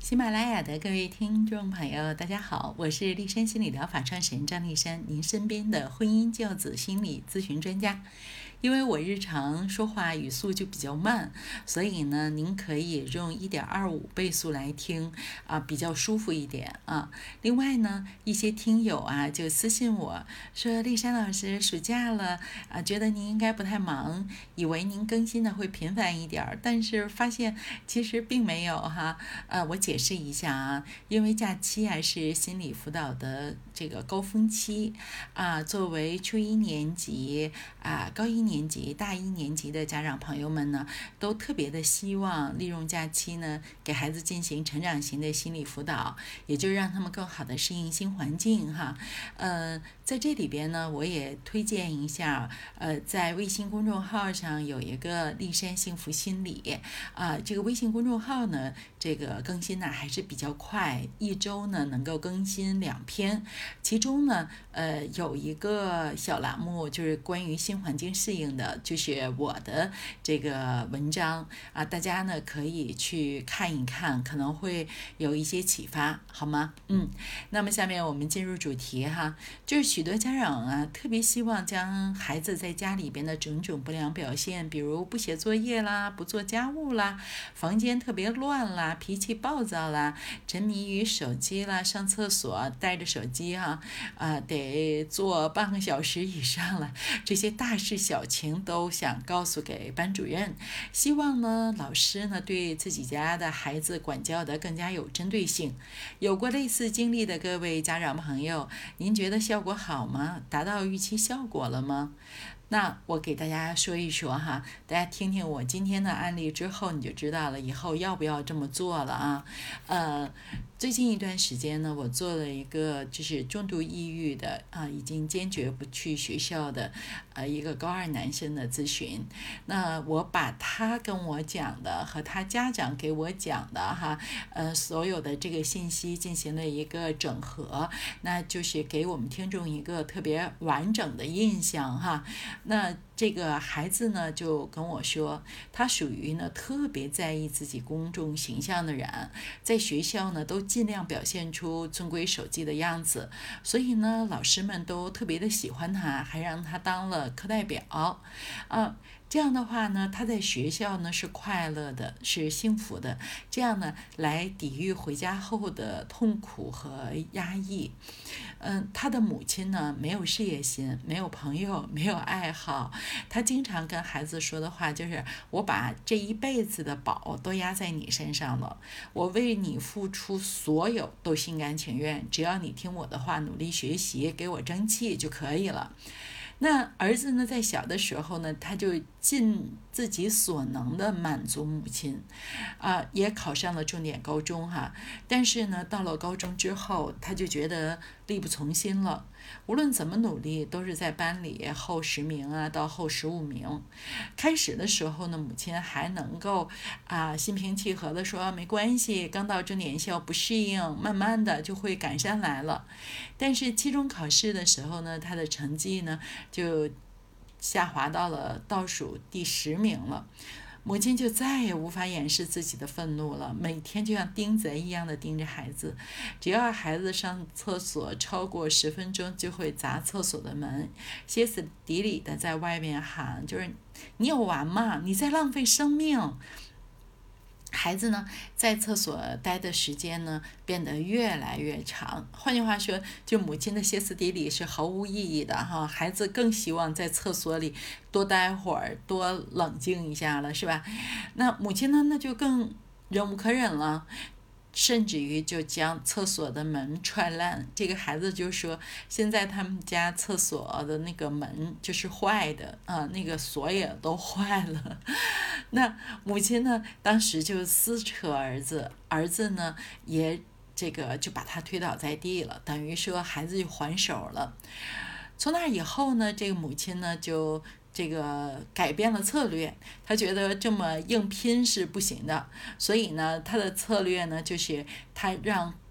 喜马拉雅的各位听众朋友，大家好，我是丽山心理疗法创始人张丽山，您身边的婚姻教子心理咨询专家。因为我日常说话语速就比较慢，所以呢，您可以用1.25倍速来听比较舒服一点啊。另外呢，一些听友就私信我说，丽山老师暑假了觉得您应该不太忙，以为您更新的会频繁一点，但是发现其实并没有哈。我解释一下因为假期是心理辅导的这个高峰期作为初一年级高一年级、大一年级的家长朋友们呢，都特别的希望利用假期呢，给孩子进行成长型的心理辅导，也就让他们更好的适应新环境哈。在这里边呢，我也推荐一下，在微信公众号上有一个丽山幸福心理这个微信公众号呢，这个更新呢还是比较快，一周呢能够更新2篇，其中呢有一个小栏目就是关于新环境适应的，就是我的这个文章大家呢可以去看一看，可能会有一些启发，好吗？那么下面我们进入主题哈，就是许多家长特别希望将孩子在家里边的种种不良表现，比如不写作业啦、不做家务啦、房间特别乱啦、脾气暴躁啦、沉迷于手机啦、上厕所带着手机得坐半个小时以上了，这些大事小情都想告诉给班主任，希望呢老师呢对自己家的孩子管教的更加有针对性。有过类似经历的各位家长朋友，您觉得效果好吗？达到预期效果了吗？那我给大家说一说哈，大家听听我今天的案例之后，你就知道了以后要不要这么做了最近一段时间呢，我做了一个就是重度抑郁的已经坚决不去学校的一个高2男生的咨询。那我把他跟我讲的和他家长给我讲的所有的这个信息进行了一个整合，那就是给我们听众一个特别完整的印象哈。那这个孩子呢就跟我说，他属于呢特别在意自己公众形象的人，在学校呢都尽量表现出遵规守纪的样子，所以呢老师们都特别的喜欢他，还让他当了课代表这样的话呢，他在学校呢是快乐的，是幸福的，这样呢来抵御回家后的痛苦和压抑。他的母亲呢没有事业心，没有朋友，没有爱好，他经常跟孩子说的话就是我把这一辈子的宝都压在你身上了，我为你付出所有都心甘情愿，只要你听我的话，努力学习，给我争气就可以了。那儿子呢，在小的时候呢，他就尽自己所能的满足母亲，也考上了重点高中但是呢，到了高中之后，他就觉得力不从心了。无论怎么努力，都是在班里后10名到后15名。开始的时候呢，母亲还能够心平气和的说没关系，刚到重点校不适应，慢慢的就会赶上来了。但是期中考试的时候呢，他的成绩呢就下滑到了倒数第10名了。母亲就再也无法掩饰自己的愤怒了，每天就像盯贼一样的盯着孩子，只要孩子上厕所超过10分钟，就会砸厕所的门，歇斯底里的在外面喊，就是你有完吗？你在浪费生命。孩子呢，在厕所待的时间呢，变得越来越长。换句话说，就母亲的歇斯底里是毫无意义的孩子更希望在厕所里多待会儿，多冷静一下了，是吧？那母亲呢，那就更忍无可忍了。甚至于就将厕所的门踹烂。这个孩子就说，现在他们家厕所的那个门就是坏的那个锁也都坏了。那母亲呢，当时就撕扯儿子，儿子呢也这个就把他推倒在地了，等于说孩子就还手了。从那以后呢，这个母亲呢就这个改变了策略，他觉得这么硬拼是不行的，所以呢，他的策略呢就是他让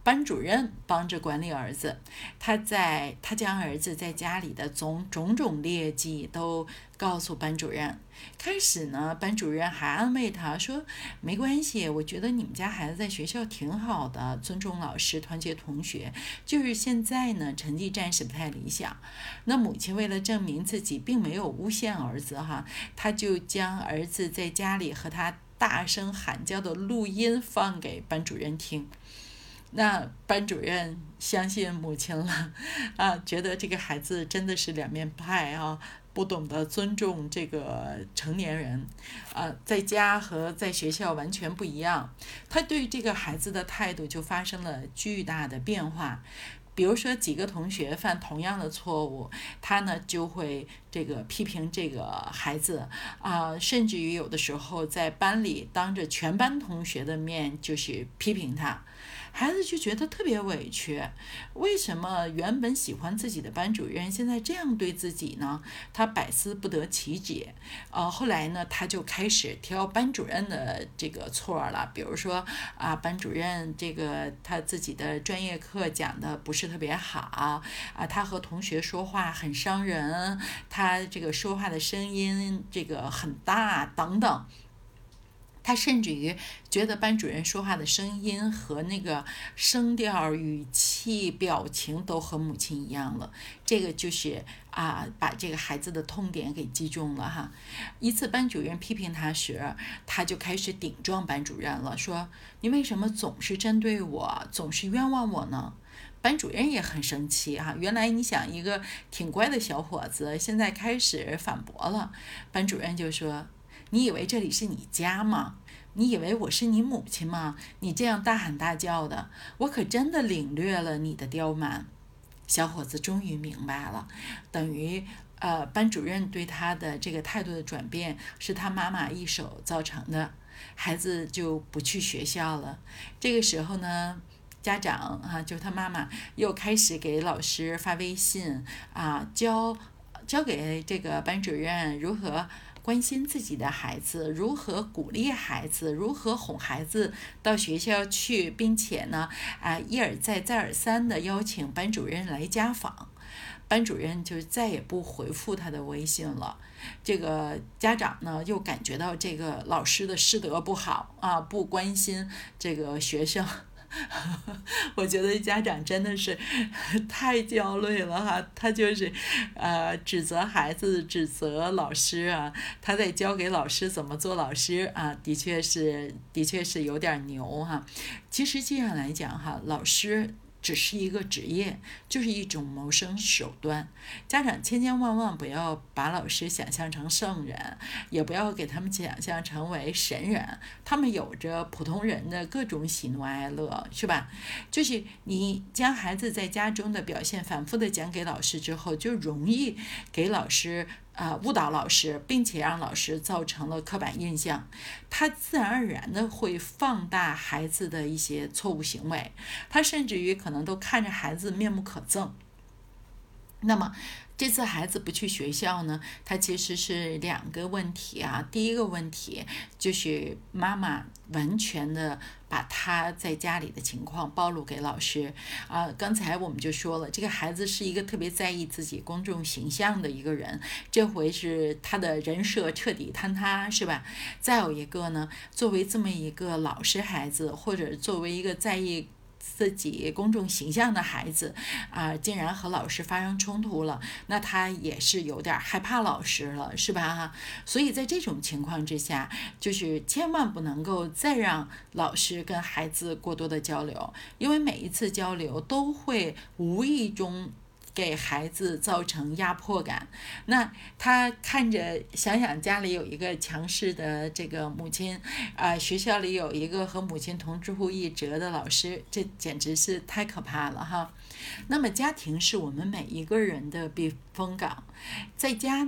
班主任帮着管理儿子，他将儿子在家里的种种劣迹都告诉班主任。开始呢，班主任还安慰他说：“没关系，我觉得你们家孩子在学校挺好的，尊重老师，团结同学。就是现在呢，成绩暂时不太理想。”那母亲为了证明自己并没有诬陷儿子哈，他就将儿子在家里和他大声喊叫的录音放给班主任听。那班主任相信母亲了觉得这个孩子真的是两面派不懂得尊重这个成年人在家和在学校完全不一样，他对这个孩子的态度就发生了巨大的变化。比如说几个同学犯同样的错误，他呢就会这个批评这个孩子甚至于有的时候在班里当着全班同学的面就是批评他。孩子就觉得特别委屈，为什么原本喜欢自己的班主任现在这样对自己呢？他百思不得其解。后来呢，他就开始挑班主任的这个错了，比如说班主任这个他自己的专业课讲的不是特别好他和同学说话很伤人，他这个说话的声音这个很大等等。他甚至于觉得班主任说话的声音和那个声调、语气、表情都和母亲一样了。这个就是把这个孩子的痛点给击中了哈。一次班主任批评他时，他就开始顶撞班主任了，说：“你为什么总是针对我，总是冤枉我呢？”班主任也很生气原来你想一个挺乖的小伙子，现在开始反驳了。班主任就说：“你以为这里是你家吗？你以为我是你母亲吗？你这样大喊大叫的，我可真的领略了你的刁蛮。”小伙子终于明白了，等于班主任对他的这个态度的转变是他妈妈一手造成的，孩子就不去学校了。这个时候呢，家长就他妈妈又开始给老师发微信教给这个班主任如何关心自己的孩子，如何鼓励孩子，如何哄孩子到学校去，并且呢一而再再而三的邀请班主任来家访。班主任就再也不回复他的微信了。这个家长呢又感觉到这个老师的师德不好不关心这个学生。我觉得家长真的是太焦虑了他就是指责孩子，指责老师他在教给老师怎么做老师的确是有点牛其实这样来讲老师只是一个职业，就是一种谋生手段。家长千千万万不要把老师想象成圣人，也不要给他们想象成为神人，他们有着普通人的各种喜怒哀乐，是吧？就是你将孩子在家中的表现反复的讲给老师之后，就容易给老师误导老师，并且让老师造成了刻板印象，他自然而然的会放大孩子的一些错误行为，他甚至于可能都看着孩子面目可憎。那么这次孩子不去学校呢，他其实是两个问题第一个问题就是妈妈完全的把他在家里的情况暴露给老师刚才我们就说了，这个孩子是一个特别在意自己公众形象的一个人，这回是他的人设彻底坍塌，是吧？再有一个呢，作为这么一个老实孩子，或者作为一个在意自己公众形象的孩子竟然和老师发生冲突了，那他也是有点害怕老师了，是吧？所以在这种情况之下，就是千万不能够再让老师跟孩子过多的交流，因为每一次交流都会无意中给孩子造成压迫感。那他看着想想家里有一个强势的这个母亲学校里有一个和母亲同出一辙的老师，这简直是太可怕了那么家庭是我们每一个人的避风港，在家呢，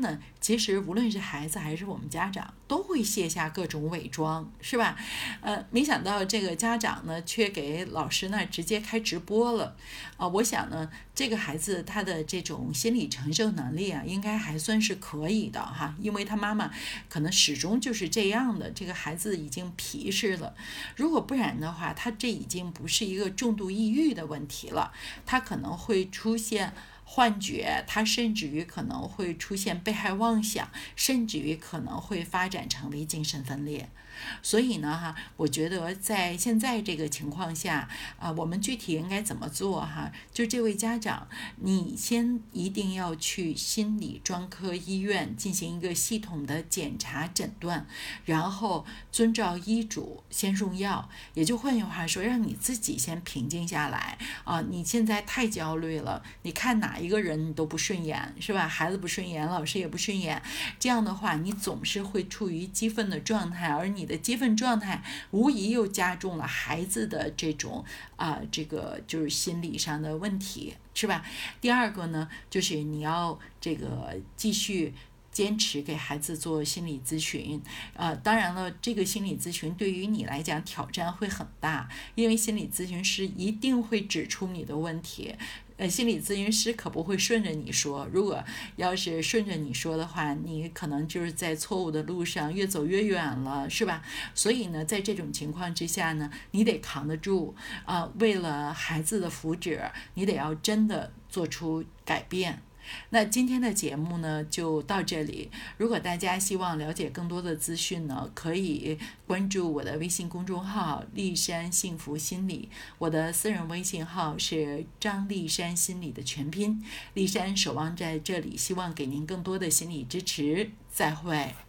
其实无论是孩子还是我们家长，都会卸下各种伪装，是吧？没想到这个家长呢，却给老师那直接开直播了。我想呢，这个孩子他的这种心理承受能力啊，应该还算是可以的哈，因为他妈妈可能始终就是这样的，这个孩子已经皮实了。如果不然的话，他这已经不是一个重度抑郁的问题了，他可能会出现幻觉，他甚至于可能会出现被害妄想，甚至于可能会发展成为精神分裂。所以呢，我觉得在现在这个情况下，我们具体应该怎么做哈？就这位家长，你先一定要去心理专科医院进行一个系统的检查诊断，然后遵照医嘱先用药，也就换句话说，让你自己先平静下来啊！你现在太焦虑了，你看哪一个人你都不顺眼，是吧？孩子不顺眼，老师也不顺眼，这样的话，你总是会处于激愤的状态，而你的激愤状态无疑又加重了孩子的这种这个就是心理上的问题，是吧？第二个呢，就是你要这个继续坚持给孩子做心理咨询，当然了，这个心理咨询对于你来讲挑战会很大，因为心理咨询师一定会指出你的问题。心理咨询师可不会顺着你说，如果要是顺着你说的话，你可能就是在错误的路上越走越远了，是吧？所以呢，在这种情况之下呢，你得扛得住为了孩子的福祉，你得要真的做出改变。那今天的节目呢就到这里，如果大家希望了解更多的资讯呢，可以关注我的微信公众号丽山幸福心理，我的私人微信号是张丽山心理的全拼，丽山守望在这里，希望给您更多的心理支持，再会。